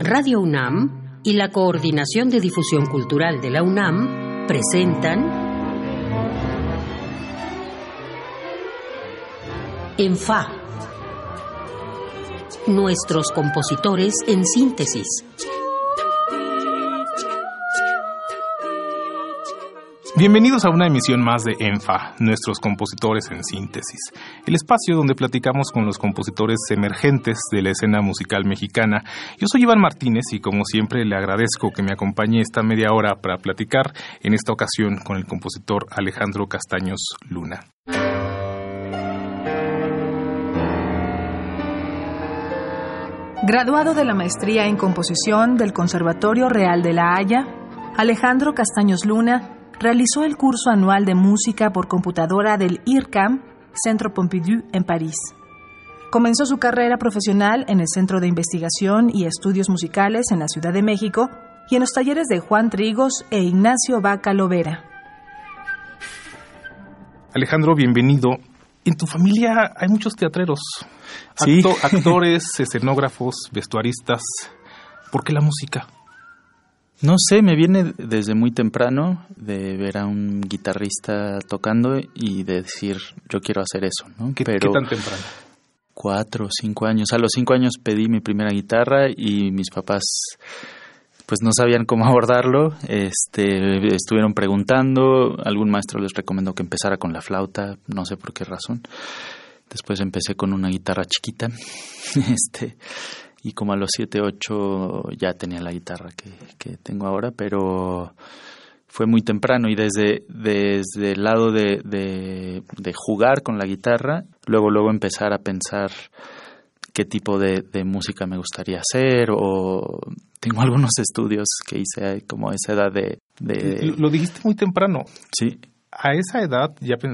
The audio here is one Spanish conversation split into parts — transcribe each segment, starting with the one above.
Radio UNAM y la Coordinación de Difusión Cultural de la UNAM presentan En Fa, nuestros compositores en síntesis. Bienvenidos a una emisión más de ENFA, nuestros compositores en síntesis, el espacio donde platicamos con los compositores emergentes de la escena musical mexicana. Yo soy Iván Martínez y como siempre le agradezco que me acompañe esta media hora para platicar, en esta ocasión con el compositor Alejandro Castaños Luna. Graduado de la maestría en composición del Conservatorio Real de La Haya, Alejandro Castaños Luna realizó el curso anual de música por computadora del IRCAM, Centro Pompidou, en París. Comenzó su carrera profesional en el Centro de Investigación y Estudios Musicales en la Ciudad de México y en los talleres de Juan Trigos e Ignacio Vaca Lovera. Alejandro, bienvenido. En tu familia hay muchos teatreros, sí. Actores, escenógrafos, vestuaristas. ¿Por qué la música? No sé, me viene desde muy temprano de ver a un guitarrista tocando y de decir, yo quiero hacer eso, ¿no? ¿Qué tan temprano? 4 o 5 años. A los 5 años pedí mi primera guitarra y mis papás pues no sabían cómo abordarlo. Estuvieron preguntando, algún maestro les recomendó que empezara con la flauta, no sé por qué razón. Después empecé con una guitarra chiquita. Y como a los 7, 8 ya tenía la guitarra que tengo ahora, pero fue muy temprano y desde el lado de jugar con la guitarra, luego empezar a pensar qué tipo de música me gustaría hacer, o tengo algunos estudios que hice como a esa edad de... Lo dijiste muy temprano. Sí. ¿A esa edad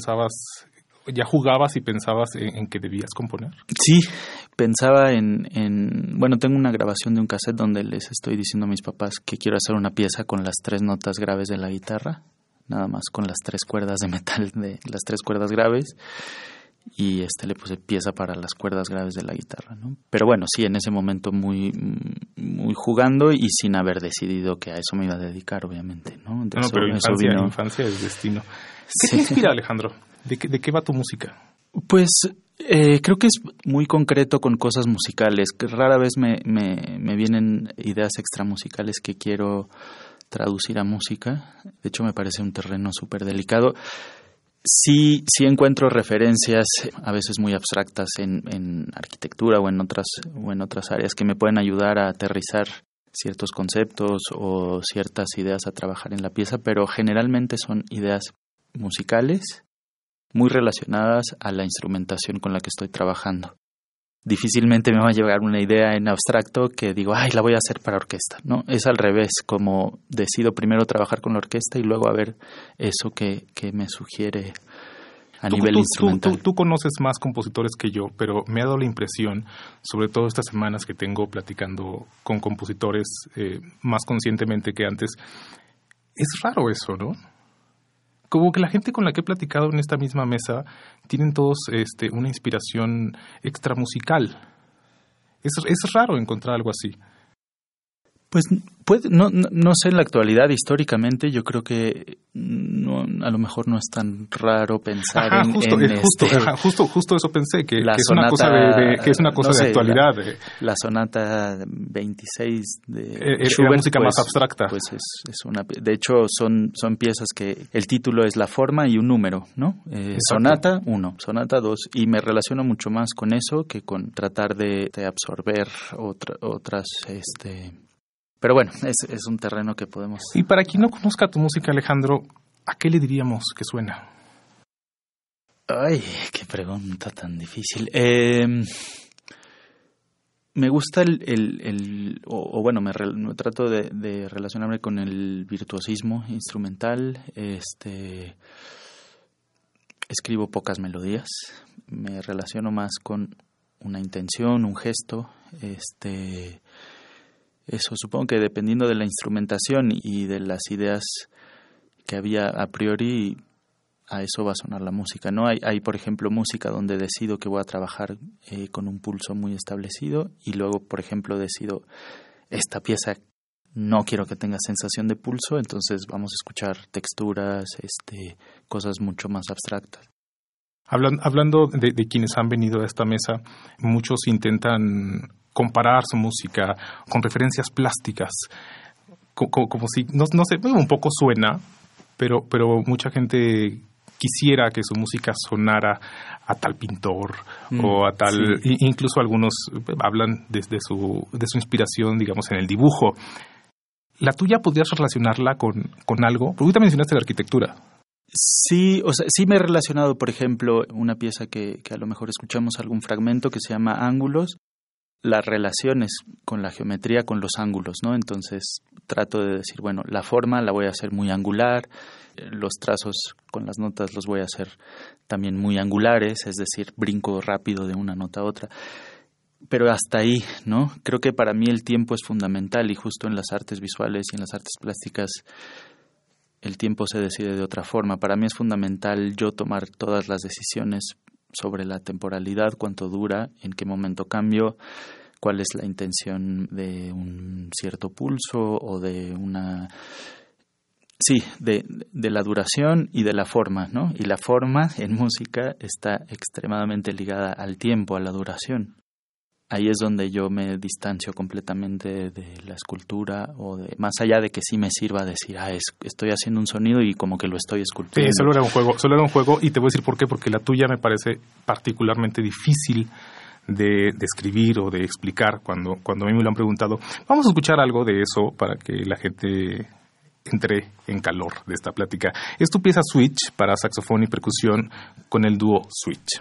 ya jugabas y pensabas en que debías componer? Sí, pensaba bueno, tengo una grabación de un cassette donde les estoy diciendo a mis papás que quiero hacer una pieza con las 3 notas graves de la guitarra, nada más con las 3 cuerdas de metal de las 3 cuerdas graves, y le puse pieza para las cuerdas graves de la guitarra, ¿no? Pero bueno, sí, en ese momento muy jugando y sin haber decidido que a eso me iba a dedicar, obviamente, ¿no? Pero infancia es destino. ¿Qué te inspira, Alejandro? ¿De qué va tu música? Pues creo que es muy concreto con cosas musicales, que rara vez me vienen ideas extramusicales que quiero traducir a música. De hecho, me parece un terreno súper delicado. Sí encuentro referencias a veces muy abstractas en arquitectura o en otras áreas que me pueden ayudar a aterrizar ciertos conceptos o ciertas ideas a trabajar en la pieza, pero generalmente son ideas musicales muy relacionadas a la instrumentación con la que estoy trabajando. Difícilmente me va a llegar una idea en abstracto que digo, la voy a hacer para orquesta, ¿no? Es al revés, como decido primero trabajar con la orquesta y luego a ver eso que me sugiere a nivel instrumental. Tú conoces más compositores que yo, pero me ha dado la impresión, sobre todo estas semanas que tengo platicando con compositores más conscientemente que antes, es raro eso, ¿no? Como que la gente con la que he platicado en esta misma mesa tienen todos una inspiración extramusical. Es raro encontrar algo así. Pues no sé, en la actualidad, históricamente, yo creo que a lo mejor no es tan raro pensar justo eso pensé, que es sonata, una cosa de actualidad. La sonata 26 de Schubert, la música más abstracta. Pues es una, de hecho, son piezas que el título es la forma y un número, ¿no? Sonata 1, sonata 2, y me relaciono mucho más con eso que con tratar de absorber otras Pero bueno, es un terreno que podemos... Y para quien no conozca tu música, Alejandro, ¿a qué le diríamos que suena? Ay, qué pregunta tan difícil. Me gusta me trato de relacionarme con el virtuosismo instrumental. Escribo pocas melodías. Me relaciono más con una intención, un gesto. Eso supongo que dependiendo de la instrumentación y de las ideas que había a priori, a eso va a sonar la música, ¿no? Hay por ejemplo, música donde decido que voy a trabajar con un pulso muy establecido y luego, por ejemplo, decido esta pieza no quiero que tenga sensación de pulso, entonces vamos a escuchar texturas, cosas mucho más abstractas. Hablando de quienes han venido a esta mesa, muchos intentan comparar su música con referencias plásticas, como si, no sé, un poco suena, pero mucha gente quisiera que su música sonara a tal pintor o a tal... Sí. Incluso algunos hablan desde su inspiración, digamos, en el dibujo. ¿La tuya podrías relacionarla con algo? Porque ahorita mencionaste la arquitectura. Sí, o sea, sí me he relacionado, por ejemplo, una pieza que a lo mejor escuchamos algún fragmento que se llama Ángulos, las relaciones con la geometría, con los ángulos, ¿no? Entonces trato de decir, bueno, la forma la voy a hacer muy angular, los trazos con las notas los voy a hacer también muy angulares, es decir, brinco rápido de una nota a otra. Pero hasta ahí, ¿no? Creo que para mí el tiempo es fundamental y justo en las artes visuales y en las artes plásticas el tiempo se decide de otra forma. Para mí es fundamental yo tomar todas las decisiones sobre la temporalidad, cuánto dura, en qué momento cambio, cuál es la intención de un cierto pulso o de una... Sí, de la duración y de la forma, ¿no? Y la forma en música está extremadamente ligada al tiempo, a la duración. Ahí es donde yo me distancio completamente de la escultura o de más allá de que sí me sirva decir, estoy haciendo un sonido y como que lo estoy esculpiendo. Sí, solo era un juego y te voy a decir por qué, porque la tuya me parece particularmente difícil de escribir o de explicar cuando a mí me lo han preguntado. Vamos a escuchar algo de eso para que la gente entre en calor de esta plática. Es tu pieza Switch para saxofón y percusión con el dúo Switch.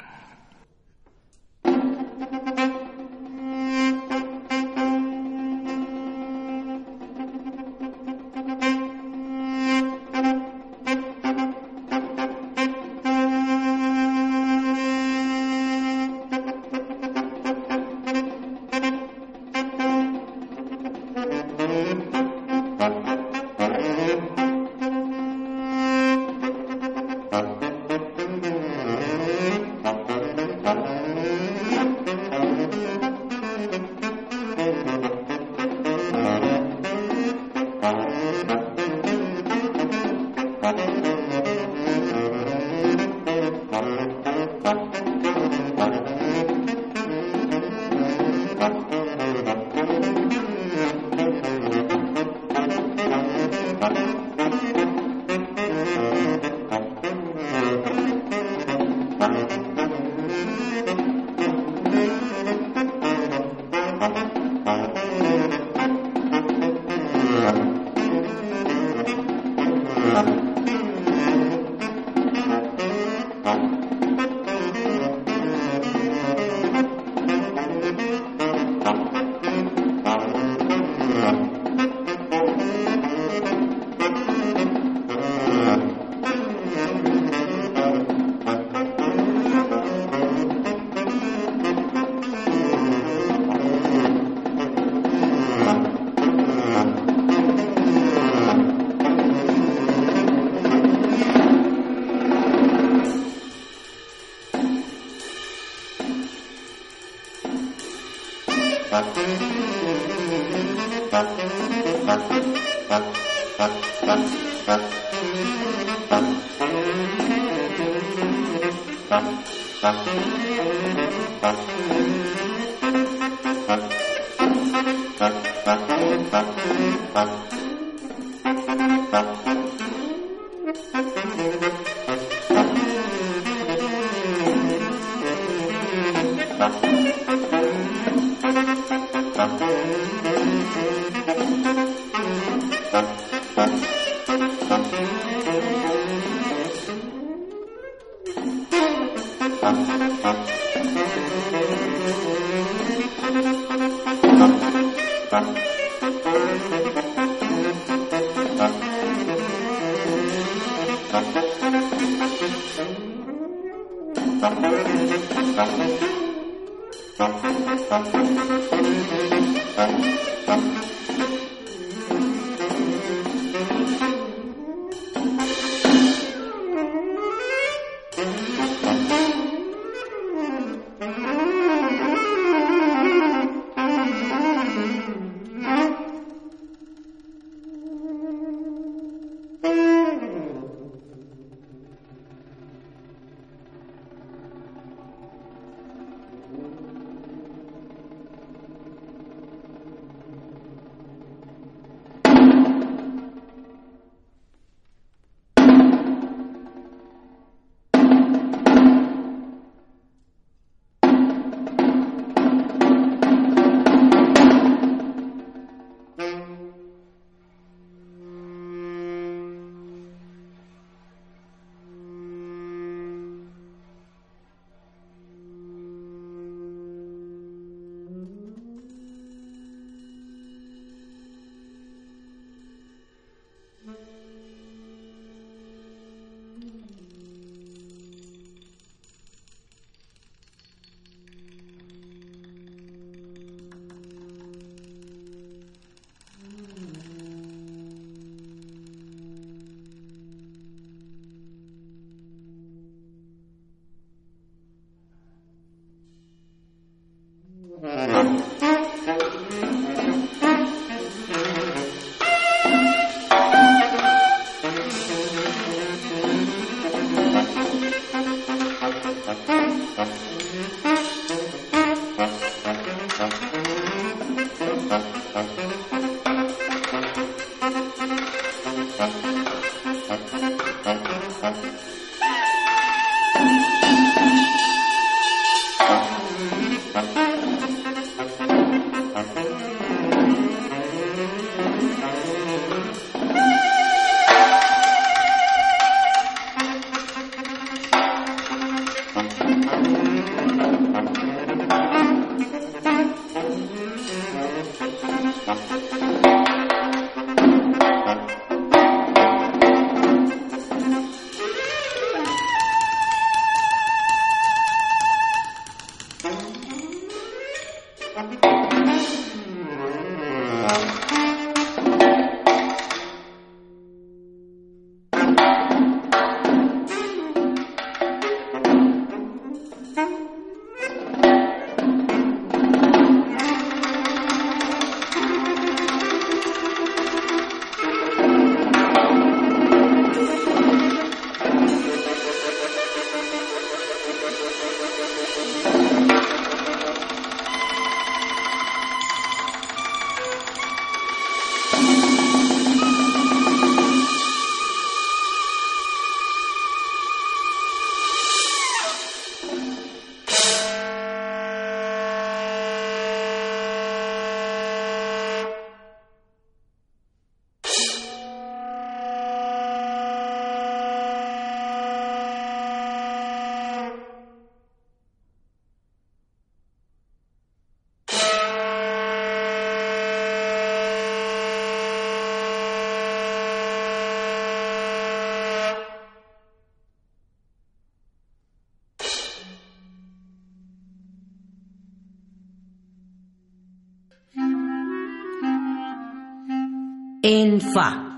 En Fa.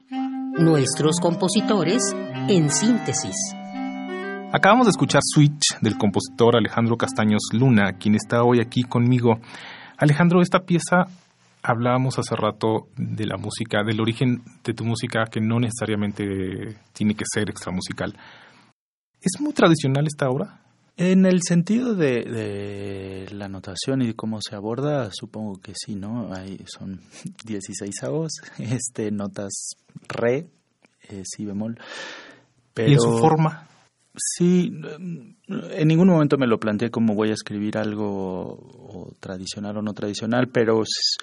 Nuestros compositores en síntesis. Acabamos de escuchar Switch del compositor Alejandro Castaños Luna, quien está hoy aquí conmigo. Alejandro, esta pieza, hablábamos hace rato de la música, del origen de tu música, que no necesariamente tiene que ser extramusical. ¿Es muy tradicional esta obra? En el sentido de la notación y de cómo se aborda, supongo que sí, ¿no? Son 16avos, notas re, si bemol. Pero, ¿y en su forma? Sí, en ningún momento me lo planteé como voy a escribir algo o tradicional o no tradicional, pero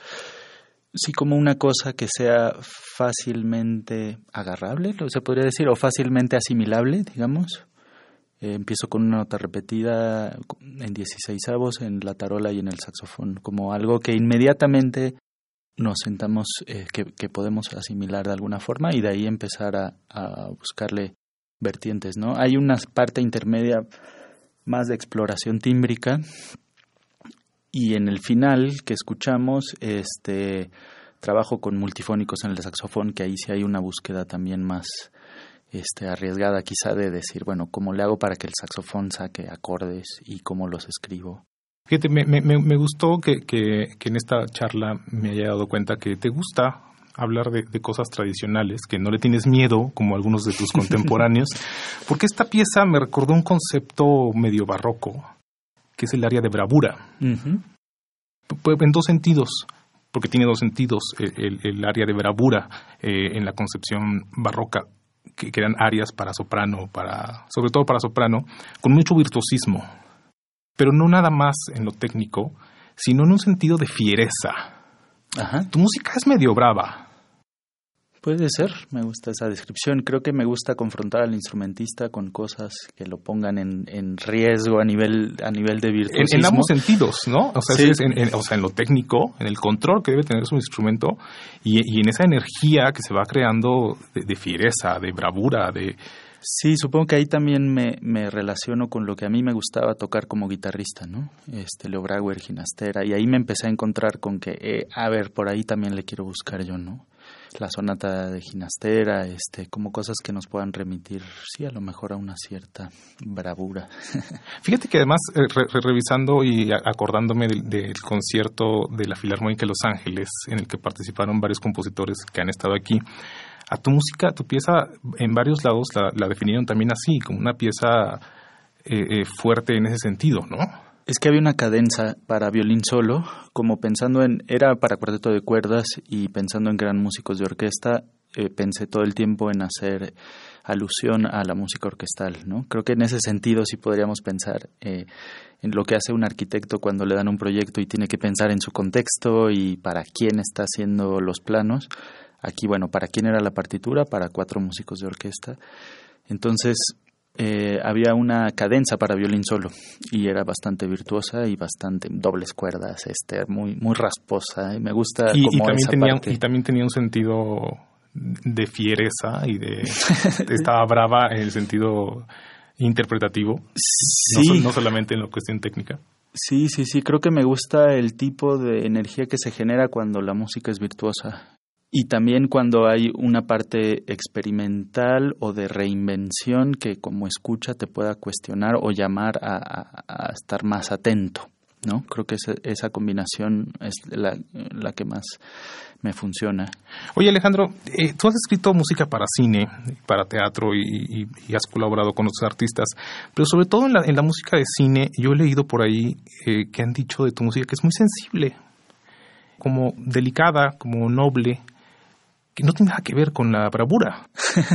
sí como una cosa que sea fácilmente agarrable, se podría decir, o fácilmente asimilable, digamos. Empiezo con una nota repetida en 16avos, en la tarola y en el saxofón, como algo que inmediatamente nos sentamos que podemos asimilar de alguna forma y de ahí empezar a buscarle vertientes, ¿no? Hay una parte intermedia más de exploración tímbrica y en el final que escuchamos trabajo con multifónicos en el saxofón, que ahí sí hay una búsqueda también más arriesgada quizá de decir, bueno, ¿cómo le hago para que el saxofón saque acordes y cómo los escribo? Fíjate, me gustó que en esta charla me haya dado cuenta que te gusta hablar de cosas tradicionales, que no le tienes miedo, como algunos de tus contemporáneos, porque esta pieza me recordó un concepto medio barroco, que es el área de bravura. Uh-huh. En dos sentidos, porque tiene dos sentidos, el área de bravura en la concepción barroca, que eran áreas para soprano, sobre todo para soprano, con mucho virtuosismo, pero no nada más en lo técnico, sino en un sentido de fiereza. Ajá. Tu música es medio brava. Puede ser, me gusta esa descripción. Creo que me gusta confrontar al instrumentista con cosas que lo pongan en riesgo a nivel de virtuosismo. En ambos sentidos, ¿no? O sea, sí. En lo técnico, en el control que debe tener su instrumento y en esa energía que se va creando de fiereza, de bravura, de... Sí, supongo que ahí también me relaciono con lo que a mí me gustaba tocar como guitarrista, ¿no? Leo Brauer, Ginastera, y ahí me empecé a encontrar con que, por ahí también le quiero buscar yo, ¿no? La sonata de Ginastera, como cosas que nos puedan remitir, sí, a lo mejor a una cierta bravura. Fíjate que además, revisando y acordándome del concierto de la Filarmónica de Los Ángeles, en el que participaron varios compositores que han estado aquí, a tu música, tu pieza, en varios lados la definieron también así, como una pieza fuerte en ese sentido, ¿no? Es que había una cadenza para violín solo, como pensando era para cuarteto de cuerdas y pensando en que eran músicos de orquesta, pensé todo el tiempo en hacer alusión a la música orquestal, ¿no? Creo que en ese sentido sí podríamos pensar en lo que hace un arquitecto cuando le dan un proyecto y tiene que pensar en su contexto y para quién está haciendo los planos. Aquí, bueno, para quién era la partitura, para 4 músicos de orquesta. Entonces, había una cadenza para violín solo y era bastante virtuosa y bastante dobles cuerdas, muy muy rasposa, y me gusta como esa parte. Y también tenía un sentido de fiereza y estaba brava en el sentido interpretativo, sí. No solamente en la cuestión técnica. Sí, creo que me gusta el tipo de energía que se genera cuando la música es virtuosa. Y también cuando hay una parte experimental o de reinvención que como escucha te pueda cuestionar o llamar a estar más atento, ¿no? Creo que esa combinación es la que más me funciona. Oye, Alejandro, tú has escrito música para cine, para teatro y has colaborado con otros artistas, pero sobre todo en la música de cine, yo he leído por ahí que han dicho de tu música que es muy sensible, como delicada, como noble, que no tiene nada que ver con la bravura.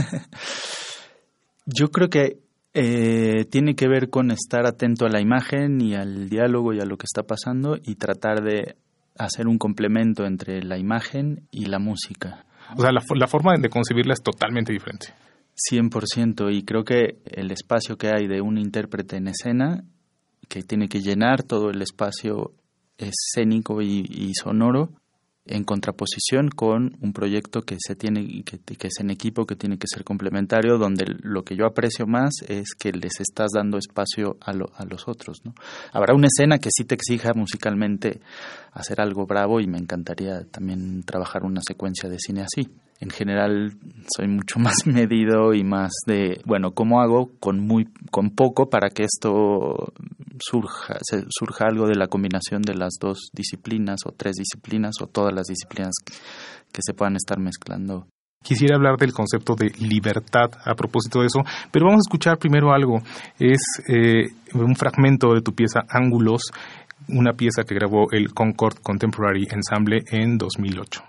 Yo creo que tiene que ver con estar atento a la imagen y al diálogo y a lo que está pasando y tratar de hacer un complemento entre la imagen y la música. O sea, la forma de concebirla es totalmente diferente. 100%, y creo que el espacio que hay de un intérprete en escena, que tiene que llenar todo el espacio escénico y sonoro, en contraposición con un proyecto que es en equipo, que tiene que ser complementario, donde lo que yo aprecio más es que les estás dando espacio a los otros, ¿no? Habrá una escena que sí te exija musicalmente hacer algo bravo y me encantaría también trabajar una secuencia de cine así. En general soy mucho más medido y más de, bueno, ¿cómo hago con poco para que esto surja algo de la combinación de las 2 disciplinas o 3 disciplinas o todas las disciplinas que se puedan estar mezclando? Quisiera hablar del concepto de libertad a propósito de eso, pero vamos a escuchar primero algo. Es un fragmento de tu pieza Ángulos, una pieza que grabó el Concord Contemporary Ensemble en 2008.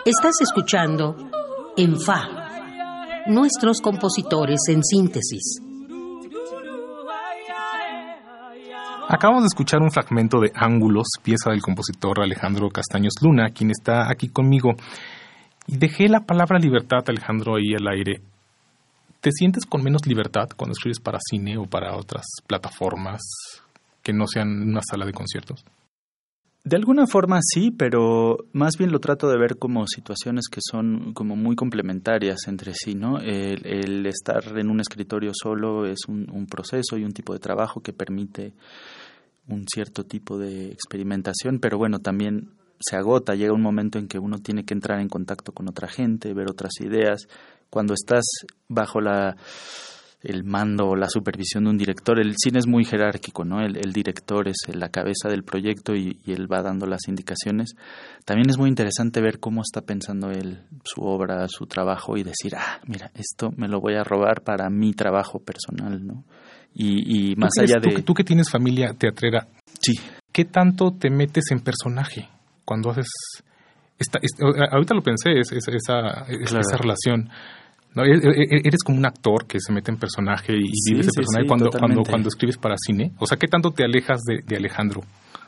Estás escuchando En Fa, nuestros compositores en síntesis. Acabamos de escuchar un fragmento de Ángulos, pieza del compositor Alejandro Castaños Luna, quien está aquí conmigo. Y dejé la palabra libertad, Alejandro, ahí al aire. ¿Te sientes con menos libertad cuando escribes para cine o para otras plataformas que no sean una sala de conciertos? De alguna forma sí, pero más bien lo trato de ver como situaciones que son como muy complementarias entre sí, ¿no? El estar en un escritorio solo es un proceso y un tipo de trabajo que permite un cierto tipo de experimentación, pero bueno, también se agota, llega un momento en que uno tiene que entrar en contacto con otra gente, ver otras ideas. Cuando estás bajo el mando o la supervisión de un director, el cine es muy jerárquico, ¿no? El director es la cabeza del proyecto y él va dando las indicaciones. También es muy interesante ver cómo está pensando él su obra, su trabajo y decir, mira, esto me lo voy a robar para mi trabajo personal, ¿no? Y más allá de... Tú que tienes familia teatrera, sí. ¿Qué tanto te metes en personaje cuando haces... ahorita lo pensé, esa relación... No, eres como un actor que se mete en personaje y vive ese personaje cuando escribes para cine. O sea, ¿qué tanto te alejas de Alejandro?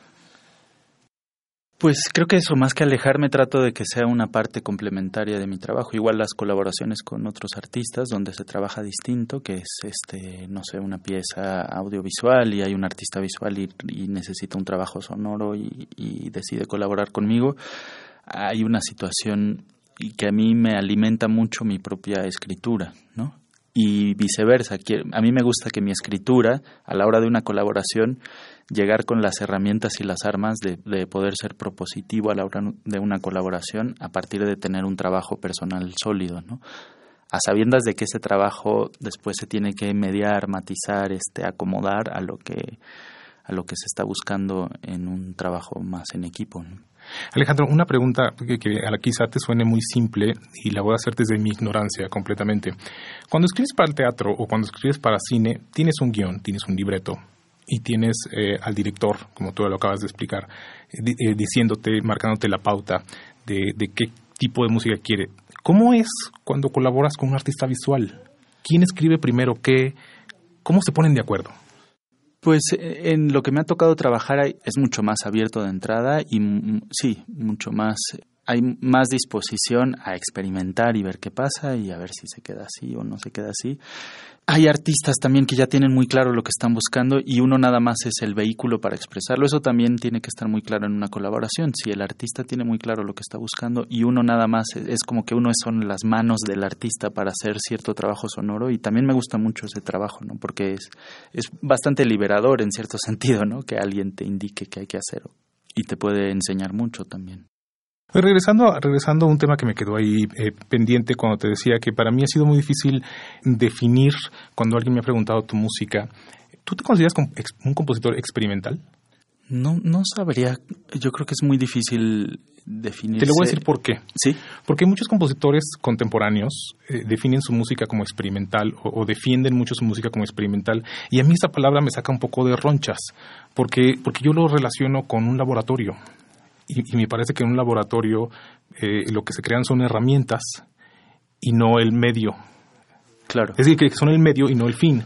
Pues creo que eso, más que alejarme, trato de que sea una parte complementaria de mi trabajo. Igual las colaboraciones con otros artistas donde se trabaja distinto, que es no sé, una pieza audiovisual y hay un artista visual y necesita un trabajo sonoro y decide colaborar conmigo. Hay una situación y que a mí me alimenta mucho mi propia escritura, ¿no? Y viceversa. A mí me gusta que mi escritura, a la hora de una colaboración, llegar con las herramientas y las armas de poder ser propositivo a la hora de una colaboración a partir de tener un trabajo personal sólido, ¿no? A sabiendas de que ese trabajo después se tiene que mediar, matizar, acomodar a lo que se está buscando en un trabajo más en equipo, ¿no? Alejandro, una pregunta que quizá te suene muy simple y la voy a hacer desde mi ignorancia completamente. Cuando escribes para el teatro o cuando escribes para cine, tienes un guión, tienes un libreto y tienes al director, como tú lo acabas de explicar, diciéndote, marcándote la pauta de qué tipo de música quiere. ¿Cómo es cuando colaboras con un artista visual? ¿Quién escribe primero qué? ¿Cómo se ponen de acuerdo? Pues en lo que me ha tocado trabajar es mucho más abierto de entrada y sí, mucho más, hay más disposición a experimentar y ver qué pasa y a ver si se queda así o no se queda así. Hay artistas también que ya tienen muy claro lo que están buscando y uno nada más es el vehículo para expresarlo. Eso también tiene que estar muy claro en una colaboración. Si el artista tiene muy claro lo que está buscando y uno nada más es como que uno son las manos del artista para hacer cierto trabajo sonoro, y también me gusta mucho ese trabajo, ¿no? Porque es bastante liberador en cierto sentido, ¿no? Que alguien te indique qué hay que hacer y te puede enseñar mucho también. Regresando a un tema que me quedó ahí pendiente cuando te decía que para mí ha sido muy difícil definir cuando alguien me ha preguntado tu música. ¿Tú te consideras un compositor experimental? No sabría. Yo creo que es muy difícil definirse. Te lo voy a decir por qué. Sí. Porque muchos compositores contemporáneos definen su música como experimental o defienden mucho su música como experimental. Y a mí esa palabra me saca un poco de ronchas porque yo lo relaciono con un laboratorio. Y me parece que en un laboratorio lo que se crean son herramientas y no el medio. Claro. Es decir, que son el medio y no el fin.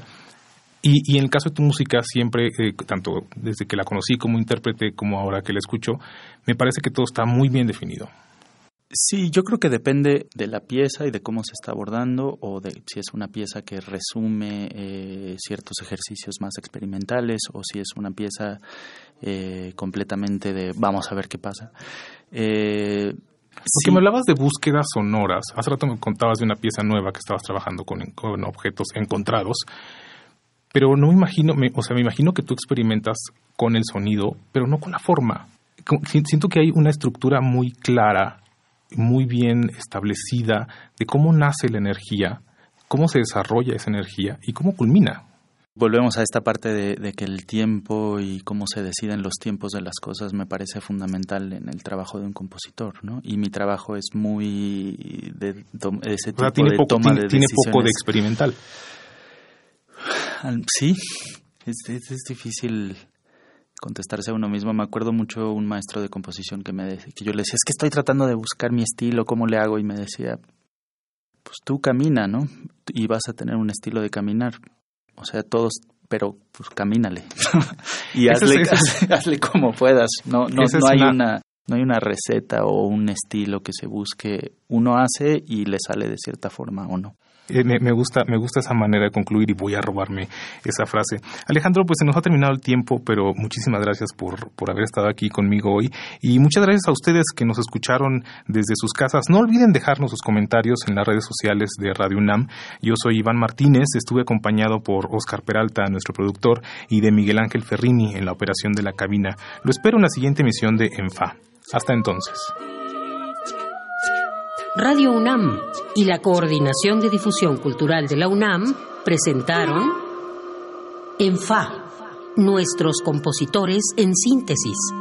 Y en el caso de tu música, siempre, tanto desde que la conocí como intérprete como ahora que la escucho, me parece que todo está muy bien definido. Sí, yo creo que depende de la pieza y de cómo se está abordando, o de si es una pieza que resume ciertos ejercicios más experimentales, o si es una pieza completamente de vamos a ver qué pasa. Porque sí. me hablabas de búsquedas sonoras. Hace rato me contabas de una pieza nueva que estabas trabajando con objetos encontrados, pero no me imagino, me imagino que tú experimentas con el sonido, pero no con la forma. Siento que hay una estructura muy clara, muy bien establecida de cómo nace la energía, cómo se desarrolla esa energía y cómo culmina. Volvemos a esta parte de que el tiempo y cómo se deciden los tiempos de las cosas me parece fundamental en el trabajo de un compositor, ¿no? Y mi trabajo es muy de ese tipo de toma de decisiones. Tiene poco de experimental. Sí, es difícil contestarse a uno mismo. Me acuerdo mucho un maestro de composición que yo le decía, es que estoy tratando de buscar mi estilo, ¿cómo le hago? Y me decía, pues tú camina, ¿no? Y vas a tener un estilo de caminar. O sea, todos, pero pues camínale. Y hazle como puedas. No hay una receta o un estilo que se busque. Uno hace y le sale de cierta forma o no. Me gusta esa manera de concluir y voy a robarme esa frase. Alejandro, pues se nos ha terminado el tiempo, pero muchísimas gracias por haber estado aquí conmigo hoy y muchas gracias a ustedes que nos escucharon desde sus casas. No olviden dejarnos sus comentarios en las redes sociales de Radio UNAM. Yo soy Iván Martínez, estuve acompañado por Óscar Peralta, nuestro productor, y de Miguel Ángel Ferrini en la operación de la cabina. Lo espero en la siguiente emisión de ENFA. Hasta entonces. Radio UNAM y la Coordinación de Difusión Cultural de la UNAM presentaron ENFA, nuestros compositores en síntesis.